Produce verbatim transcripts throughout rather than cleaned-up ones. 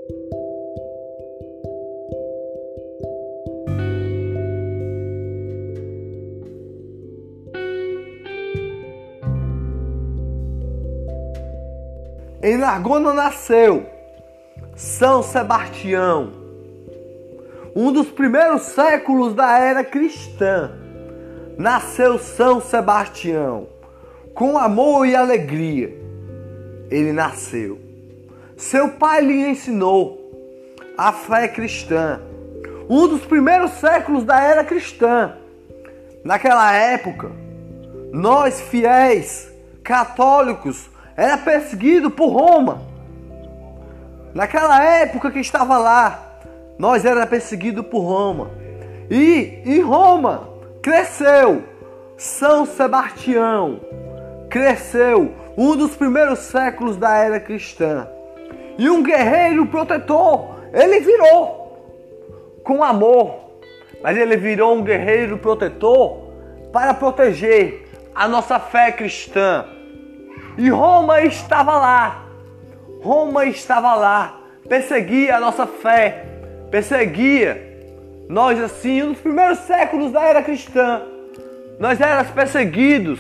Em Nagona nasceu São Sebastião, um dos primeiros séculos da era cristã. Nasceu São Sebastião, com amor e alegria. Ele nasceu. Seu pai lhe ensinou a fé cristã, um dos primeiros séculos da era cristã. Naquela época, nós fiéis católicos era perseguido por Roma. Naquela época que estava lá, nós era perseguido por Roma. E em Roma cresceu São Sebastião. Cresceu um dos primeiros séculos da era cristã. E um guerreiro protetor, ele virou com amor. Mas ele virou um guerreiro protetor para proteger a nossa fé cristã. E Roma estava lá, Roma estava lá, perseguia a nossa fé, perseguia nós assim, nos primeiros séculos da era cristã, nós éramos perseguidos.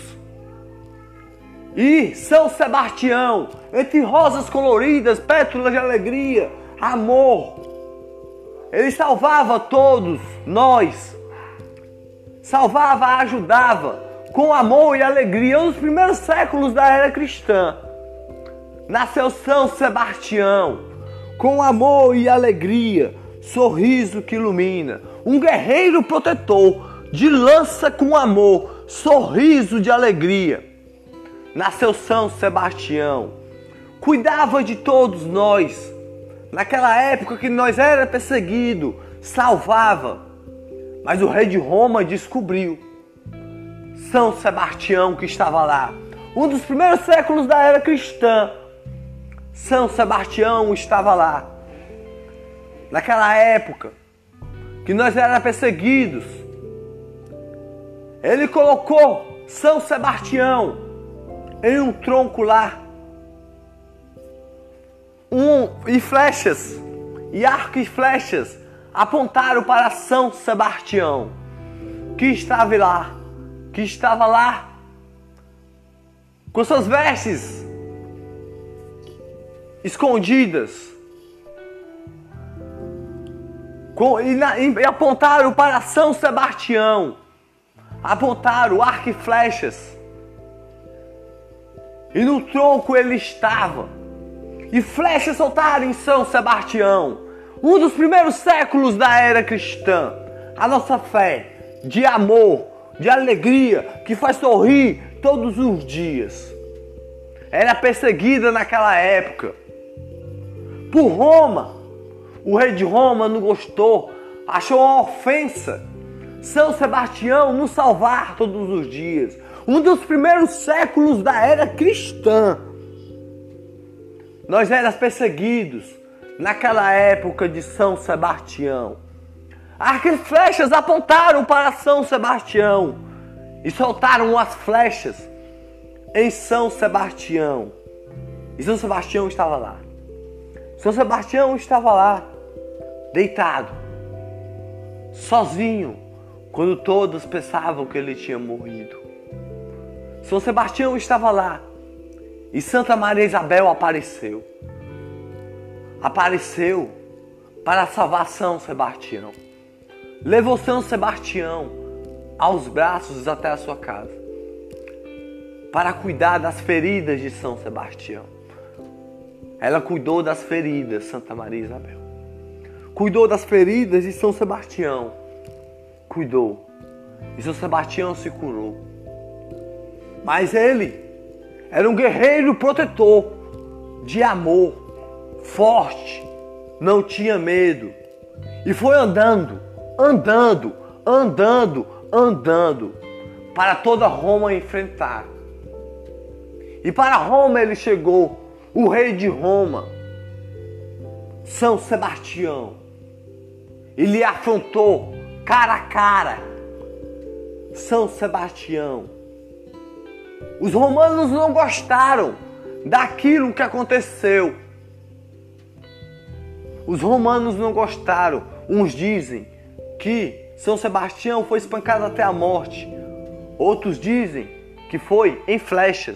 E São Sebastião, entre rosas coloridas, pétalas de alegria, amor, ele salvava todos nós, salvava, ajudava, com amor e alegria. Um dos primeiros séculos da era cristã, nasceu São Sebastião, com amor e alegria, sorriso que ilumina, um guerreiro protetor, de lança com amor, sorriso de alegria. Nasceu São Sebastião, cuidava de todos nós, naquela época que nós era perseguido, salvava. Mas o rei de Roma descobriu São Sebastião que estava lá. Um dos primeiros séculos da era cristã, São Sebastião estava lá. Naquela época que nós éramos perseguidos, ele colocou São Sebastião em um tronco lá, um, e flechas, e arco e flechas apontaram para São Sebastião, que estava lá, que estava lá, com suas vestes escondidas, com, e, na, e apontaram para São Sebastião, apontaram arco e flechas, e no tronco ele estava, e flechas soltaram em São Sebastião, um dos primeiros séculos da era cristã. A nossa fé de amor, de alegria, que faz sorrir todos os dias, era perseguida naquela época por Roma. O rei de Roma não gostou, achou uma ofensa São Sebastião nos salvar todos os dias. Um dos primeiros séculos da era cristã, nós éramos perseguidos naquela época de São Sebastião. As flechas apontaram para São Sebastião e soltaram as flechas em São Sebastião. E São Sebastião estava lá. São Sebastião estava lá, deitado, sozinho, quando todos pensavam que ele tinha morrido. São Sebastião estava lá e Santa Maria Isabel apareceu. Apareceu para salvar São Sebastião. Levou São Sebastião aos braços até a sua casa, para cuidar das feridas de São Sebastião. Ela cuidou das feridas, Santa Maria Isabel. Cuidou das feridas de São Sebastião. Cuidou. E São Sebastião se curou. Mas ele era um guerreiro protetor, de amor, forte, não tinha medo. E foi andando, andando, andando, andando, para toda Roma enfrentar. E para Roma ele chegou, o rei de Roma, São Sebastião. Ele afrontou cara a cara São Sebastião. Os romanos não gostaram daquilo que aconteceu. Os romanos não gostaram. Uns dizem que São Sebastião foi espancado até a morte. Outros dizem que foi em flechas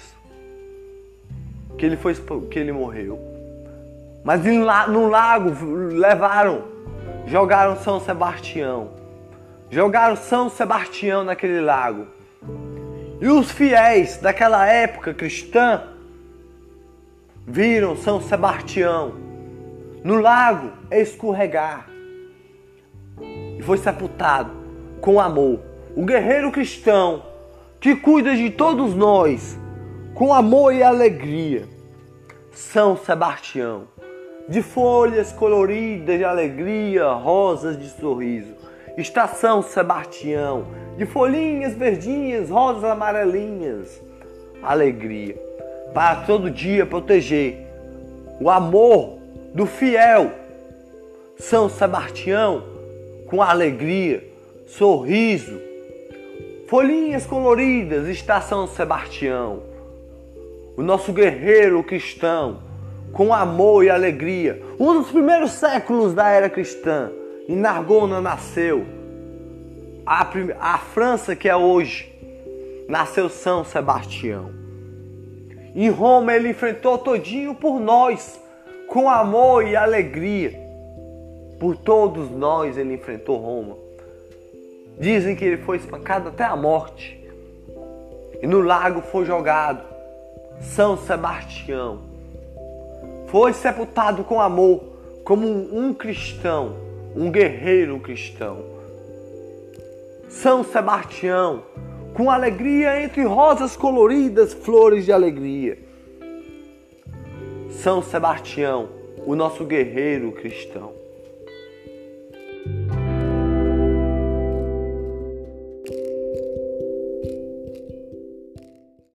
que ele, foi, que ele morreu. Mas no lago levaram, jogaram São Sebastião. Jogaram São Sebastião naquele lago. E os fiéis daquela época cristã viram São Sebastião no lago escorregar e foi sepultado com amor. O guerreiro cristão que cuida de todos nós com amor e alegria. São Sebastião, de folhas coloridas de alegria, rosas de sorriso. Está São Sebastião, de folhinhas verdinhas, rosas amarelinhas. Alegria, para todo dia proteger o amor do fiel. São Sebastião, com alegria, sorriso, folhinhas coloridas, está São Sebastião, o nosso guerreiro cristão, com amor e alegria. Um dos primeiros séculos da era cristã, em Narbona nasceu a, prim- a França que é hoje, nasceu São Sebastião. Em Roma ele enfrentou todinho por nós, com amor e alegria. Por todos nós ele enfrentou Roma. Dizem que ele foi espancado até a morte. E no lago foi jogado São Sebastião. Foi sepultado com amor, como um cristão, um guerreiro cristão. São Sebastião, com alegria entre rosas coloridas, flores de alegria. São Sebastião, o nosso guerreiro cristão.